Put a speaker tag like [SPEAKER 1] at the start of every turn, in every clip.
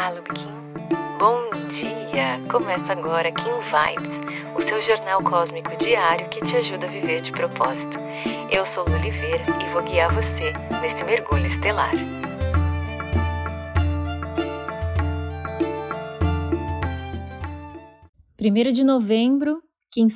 [SPEAKER 1] Fala, Kim. Bom dia! Começa agora Kim Vibes, o seu jornal cósmico diário que te ajuda a viver de propósito. Eu sou Lu Oliveira e vou guiar você nesse mergulho estelar.
[SPEAKER 2] Primeiro de novembro, Kim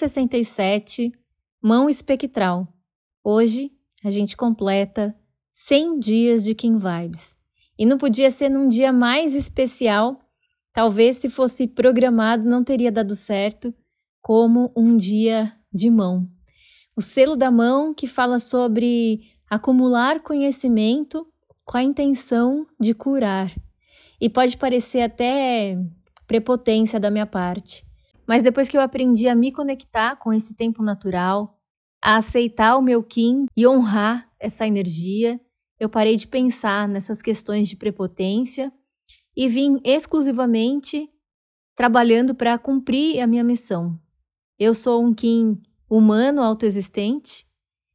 [SPEAKER 2] 167, Mão Espectral. Hoje a gente completa 100 dias de Kim Vibes. E não podia ser num dia mais especial, talvez se fosse programado não teria dado certo, como um dia de mão. O selo da mão que fala sobre acumular conhecimento com a intenção de curar. E pode parecer até prepotência da minha parte, mas depois que eu aprendi a me conectar com esse tempo natural, a aceitar o meu Kim e honrar essa energia, eu parei de pensar nessas questões de prepotência e vim exclusivamente trabalhando para cumprir a minha missão. Eu sou um Kim humano autoexistente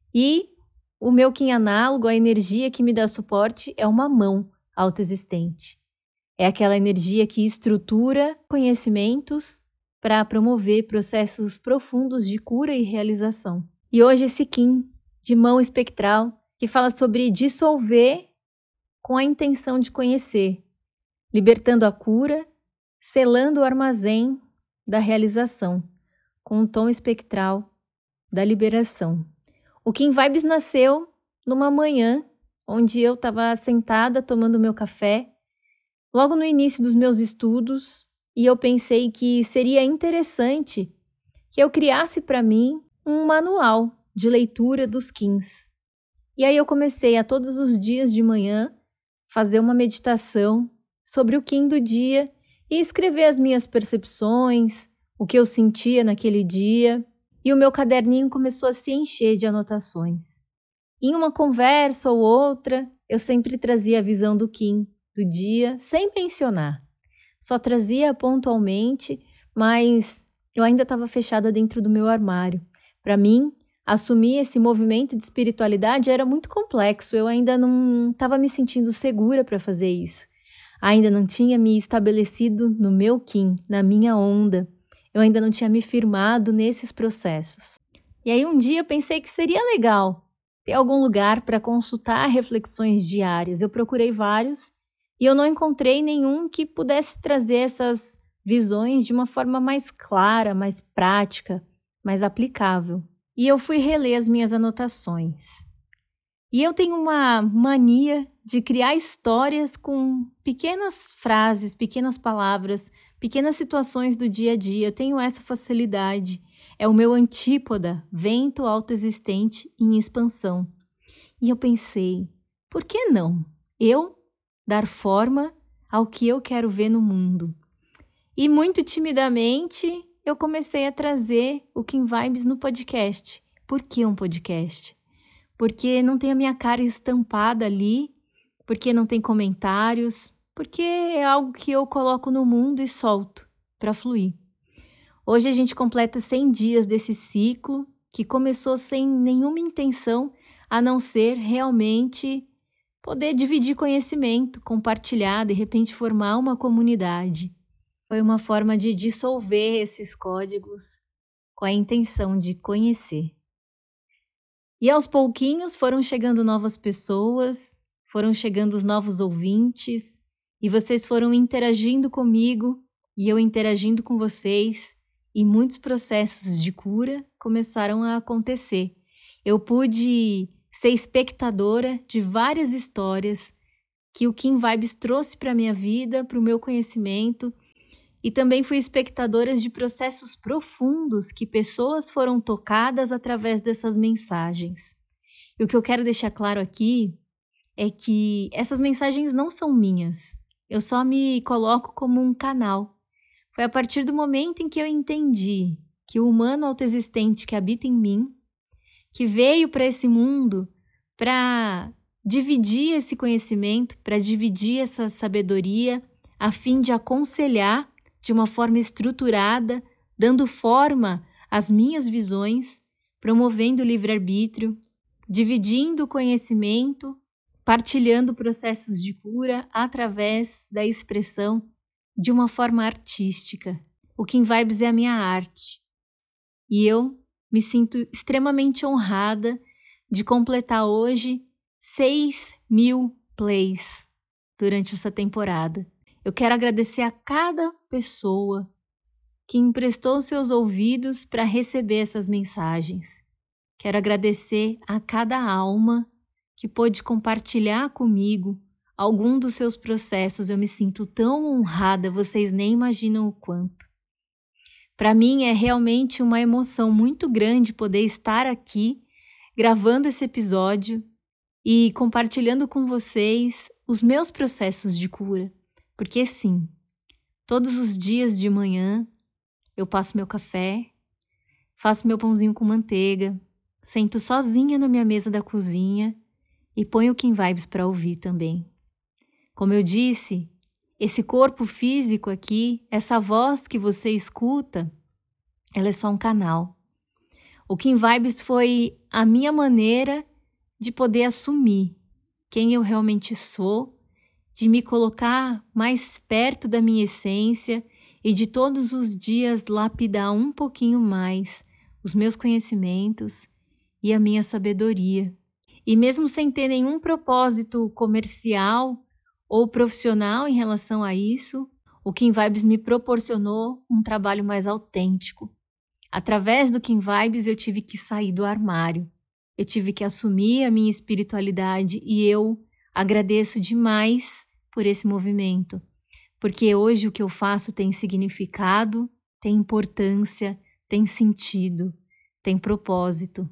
[SPEAKER 2] e o meu Kim análogo, a energia que me dá suporte, é uma mão autoexistente. É aquela energia que estrutura conhecimentos para promover processos profundos de cura e realização. E hoje esse Kim de mão espectral que fala sobre dissolver com a intenção de conhecer, libertando a cura, selando o armazém da realização, com o tom espectral da liberação. O Kim Vibes nasceu numa manhã onde eu estava sentada tomando meu café, logo no início dos meus estudos, e eu pensei que seria interessante que eu criasse para mim um manual de leitura dos Kims. E aí eu comecei a todos os dias de manhã fazer uma meditação sobre o Kim do dia e escrever as minhas percepções, o que eu sentia naquele dia, e o meu caderninho começou a se encher de anotações. Em uma conversa ou outra, eu sempre trazia a visão do Kim do dia, sem mencionar. Só trazia pontualmente, mas eu ainda estava fechada dentro do meu armário. Para mim, assumir esse movimento de espiritualidade era muito complexo, eu ainda não estava me sentindo segura para fazer isso. Ainda não tinha me estabelecido no meu Kim, na minha onda. Eu ainda não tinha me firmado nesses processos. E aí um dia eu pensei que seria legal ter algum lugar para consultar reflexões diárias. Eu procurei vários e eu não encontrei nenhum que pudesse trazer essas visões de uma forma mais clara, mais prática, mais aplicável. E eu fui reler as minhas anotações. E eu tenho uma mania de criar histórias com pequenas frases, pequenas palavras, pequenas situações do dia a dia. Eu tenho essa facilidade. É o meu antípoda, vento autoexistente em expansão. E eu pensei, por que não? Eu dar forma ao que eu quero ver no mundo. E muito timidamente eu comecei a trazer o Kim Vibes no podcast. Por que um podcast? Porque não tem a minha cara estampada ali, porque não tem comentários, porque é algo que eu coloco no mundo e solto para fluir. Hoje a gente completa 100 dias desse ciclo que começou sem nenhuma intenção a não ser realmente poder dividir conhecimento, compartilhar, de repente formar uma comunidade. Foi uma forma de dissolver esses códigos com a intenção de conhecer. E aos pouquinhos foram chegando novas pessoas, foram chegando os novos ouvintes, e vocês foram interagindo comigo, e eu interagindo com vocês, e muitos processos de cura começaram a acontecer. Eu pude ser espectadora de várias histórias que o Kim Vibes trouxe para a minha vida, para o meu conhecimento, e também fui espectadora de processos profundos que pessoas foram tocadas através dessas mensagens. E o que eu quero deixar claro aqui é que essas mensagens não são minhas. Eu só me coloco como um canal. Foi a partir do momento em que eu entendi que o humano autoexistente que habita em mim, que veio para esse mundo para dividir esse conhecimento, para dividir essa sabedoria, a fim de aconselhar de uma forma estruturada, dando forma às minhas visões, promovendo o livre-arbítrio, dividindo o conhecimento partilhando processos de cura através da expressão de uma forma artística. O Kim Vibes é a minha arte. E eu me sinto extremamente honrada de completar hoje 6.000 plays durante essa temporada. Eu quero agradecer a cada pessoa que emprestou seus ouvidos para receber essas mensagens. Quero agradecer a cada alma que pôde compartilhar comigo algum dos seus processos. Eu me sinto tão honrada, vocês nem imaginam o quanto. Para mim é realmente uma emoção muito grande poder estar aqui gravando esse episódio e compartilhando com vocês os meus processos de cura. Porque sim, todos os dias de manhã eu passo meu café, faço meu pãozinho com manteiga, sento sozinha na minha mesa da cozinha e ponho o Kim Vibes para ouvir também. Como eu disse, esse corpo físico aqui, essa voz que você escuta, ela é só um canal. O Kim Vibes foi a minha maneira de poder assumir quem eu realmente sou, de me colocar mais perto da minha essência e de todos os dias lapidar um pouquinho mais os meus conhecimentos e a minha sabedoria. E mesmo sem ter nenhum propósito comercial ou profissional em relação a isso, o Kim Vibes me proporcionou um trabalho mais autêntico. Através do Kim Vibes eu tive que sair do armário. Eu tive que assumir a minha espiritualidade e eu agradeço demais por esse movimento, porque hoje o que eu faço tem significado, tem importância, tem sentido, tem propósito.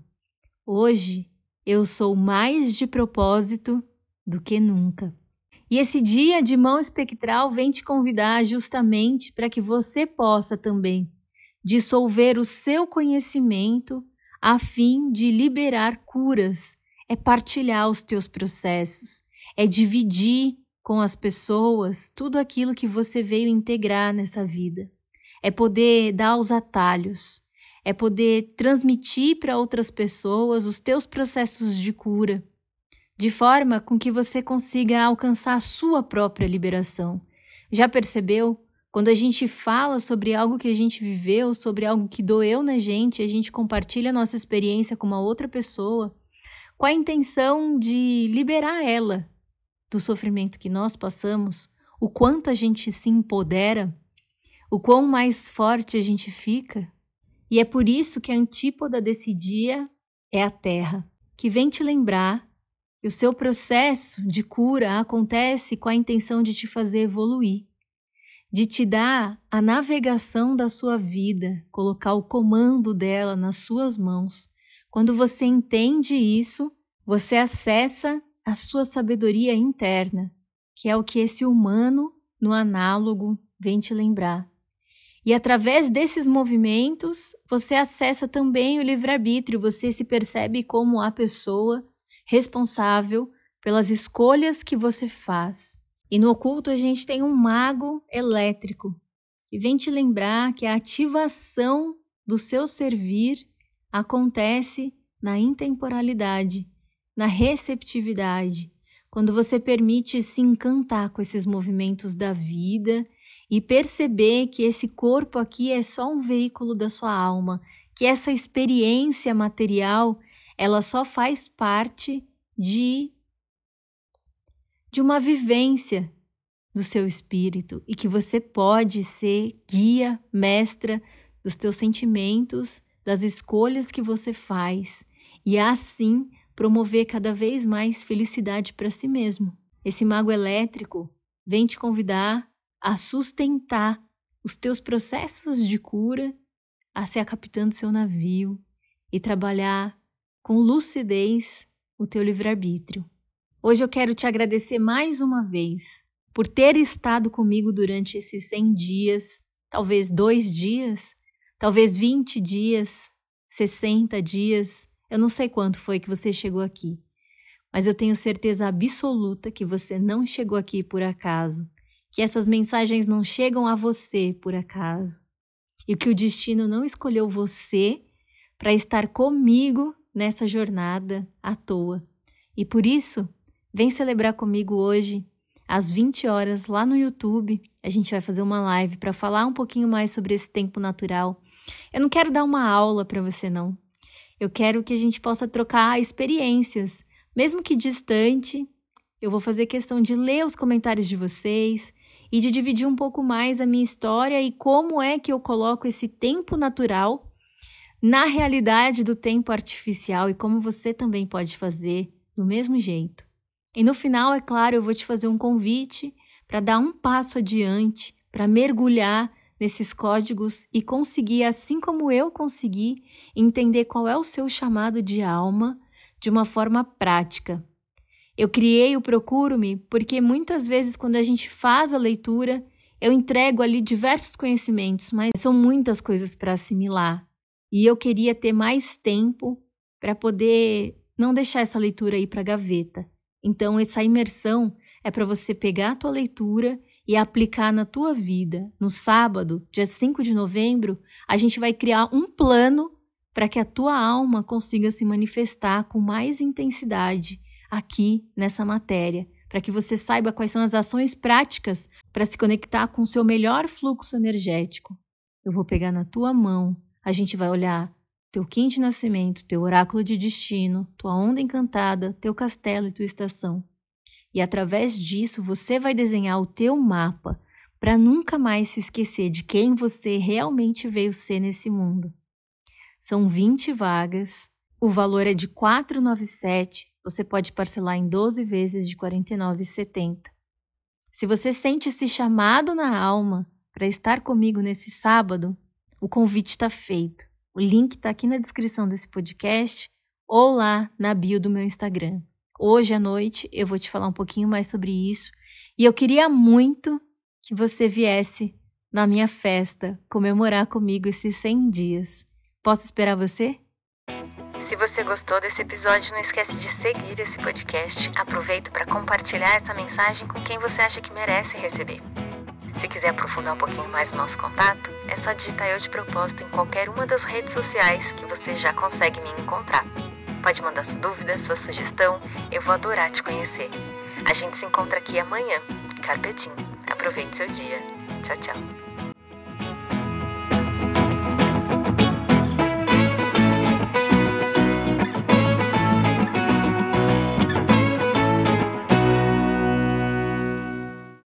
[SPEAKER 2] Hoje eu sou mais de propósito do que nunca. E esse dia de mão espectral vem te convidar justamente para que você possa também dissolver o seu conhecimento a fim de liberar curas, é partilhar os teus processos, é dividir com as pessoas tudo aquilo que você veio integrar nessa vida, é poder dar os atalhos, é poder transmitir para outras pessoas os teus processos de cura, de forma com que você consiga alcançar a sua própria liberação. Já percebeu? Quando a gente fala sobre algo que a gente viveu, sobre algo que doeu na gente, a gente compartilha a nossa experiência com uma outra pessoa, com a intenção de liberar ela do sofrimento que nós passamos, o quanto a gente se empodera, o quão mais forte a gente fica. E é por isso que a antípoda desse dia é a Terra, que vem te lembrar que o seu processo de cura acontece com a intenção de te fazer evoluir, de te dar a navegação da sua vida, colocar o comando dela nas suas mãos. Quando você entende isso, você acessa a sua sabedoria interna, que é o que esse humano no análogo vem te lembrar. E através desses movimentos, você acessa também o livre-arbítrio, você se percebe como a pessoa responsável pelas escolhas que você faz. E no oculto a gente tem um mago elétrico e vem te lembrar que a ativação do seu servir acontece na intemporalidade, na receptividade, quando você permite se encantar com esses movimentos da vida e perceber que esse corpo aqui é só um veículo da sua alma, que essa experiência material ela só faz parte de uma vivência do seu espírito e que você pode ser guia, mestra dos teus sentimentos, das escolhas que você faz e assim promover cada vez mais felicidade para si mesmo. Esse mago elétrico vem te convidar a sustentar os teus processos de cura, a ser a capitã do seu navio e trabalhar com lucidez o teu livre-arbítrio. Hoje eu quero te agradecer mais uma vez por ter estado comigo durante esses 100 dias, talvez 2 dias, talvez 20 dias, 60 dias, eu não sei quanto foi que você chegou aqui, mas eu tenho certeza absoluta que você não chegou aqui por acaso, que essas mensagens não chegam a você por acaso, e que o destino não escolheu você para estar comigo nessa jornada à toa. E por isso, Vem celebrar comigo hoje, às 20 horas, lá no YouTube. A gente vai fazer uma live para falar um pouquinho mais sobre esse tempo natural. Eu não quero dar uma aula para você, não. Eu quero que a gente possa trocar experiências, mesmo que distante. Eu vou fazer questão de ler os comentários de vocês e de dividir um pouco mais a minha história e como é que eu coloco esse tempo natural na realidade do tempo artificial e como você também pode fazer do mesmo jeito. E no final, é claro, eu vou te fazer um convite para dar um passo adiante, para mergulhar nesses códigos e conseguir, assim como eu consegui, entender qual é o seu chamado de alma de uma forma prática. Eu criei o Procuro-me porque muitas vezes quando a gente faz a leitura, eu entrego ali diversos conhecimentos, mas são muitas coisas para assimilar. E eu queria ter mais tempo para poder não deixar essa leitura ir para a gaveta. Então essa imersão é para você pegar a tua leitura e aplicar na tua vida. No sábado, dia 5 de novembro, a gente vai criar um plano para que a tua alma consiga se manifestar com mais intensidade aqui nessa matéria, para que você saiba quais são as ações práticas para se conectar com o seu melhor fluxo energético. Eu vou pegar na tua mão, a gente vai olhar teu Kim de nascimento, teu oráculo de destino, tua onda encantada, teu castelo e tua estação. E através disso você vai desenhar o teu mapa para nunca mais se esquecer de quem você realmente veio ser nesse mundo. São 20 vagas, o valor é de R$ 497, você pode parcelar em 12 vezes de R$ 49,70. Se você sente esse chamado na alma para estar comigo nesse sábado, o convite está feito. O link está aqui na descrição desse podcast ou lá na bio do meu Instagram. Hoje à noite eu vou te falar um pouquinho mais sobre isso e eu queria muito que você viesse na minha festa comemorar comigo esses 100 dias. Posso esperar você?
[SPEAKER 1] Se você gostou desse episódio, não esquece de seguir esse podcast. Aproveita para compartilhar essa mensagem com quem você acha que merece receber. Se quiser aprofundar um pouquinho mais o nosso contato, é só digitar Eu de Propósito em qualquer uma das redes sociais que você já consegue me encontrar. Pode mandar sua dúvida, sua sugestão, eu vou adorar te conhecer. A gente se encontra aqui amanhã. Carpe diem. Aproveite seu dia. Tchau, tchau.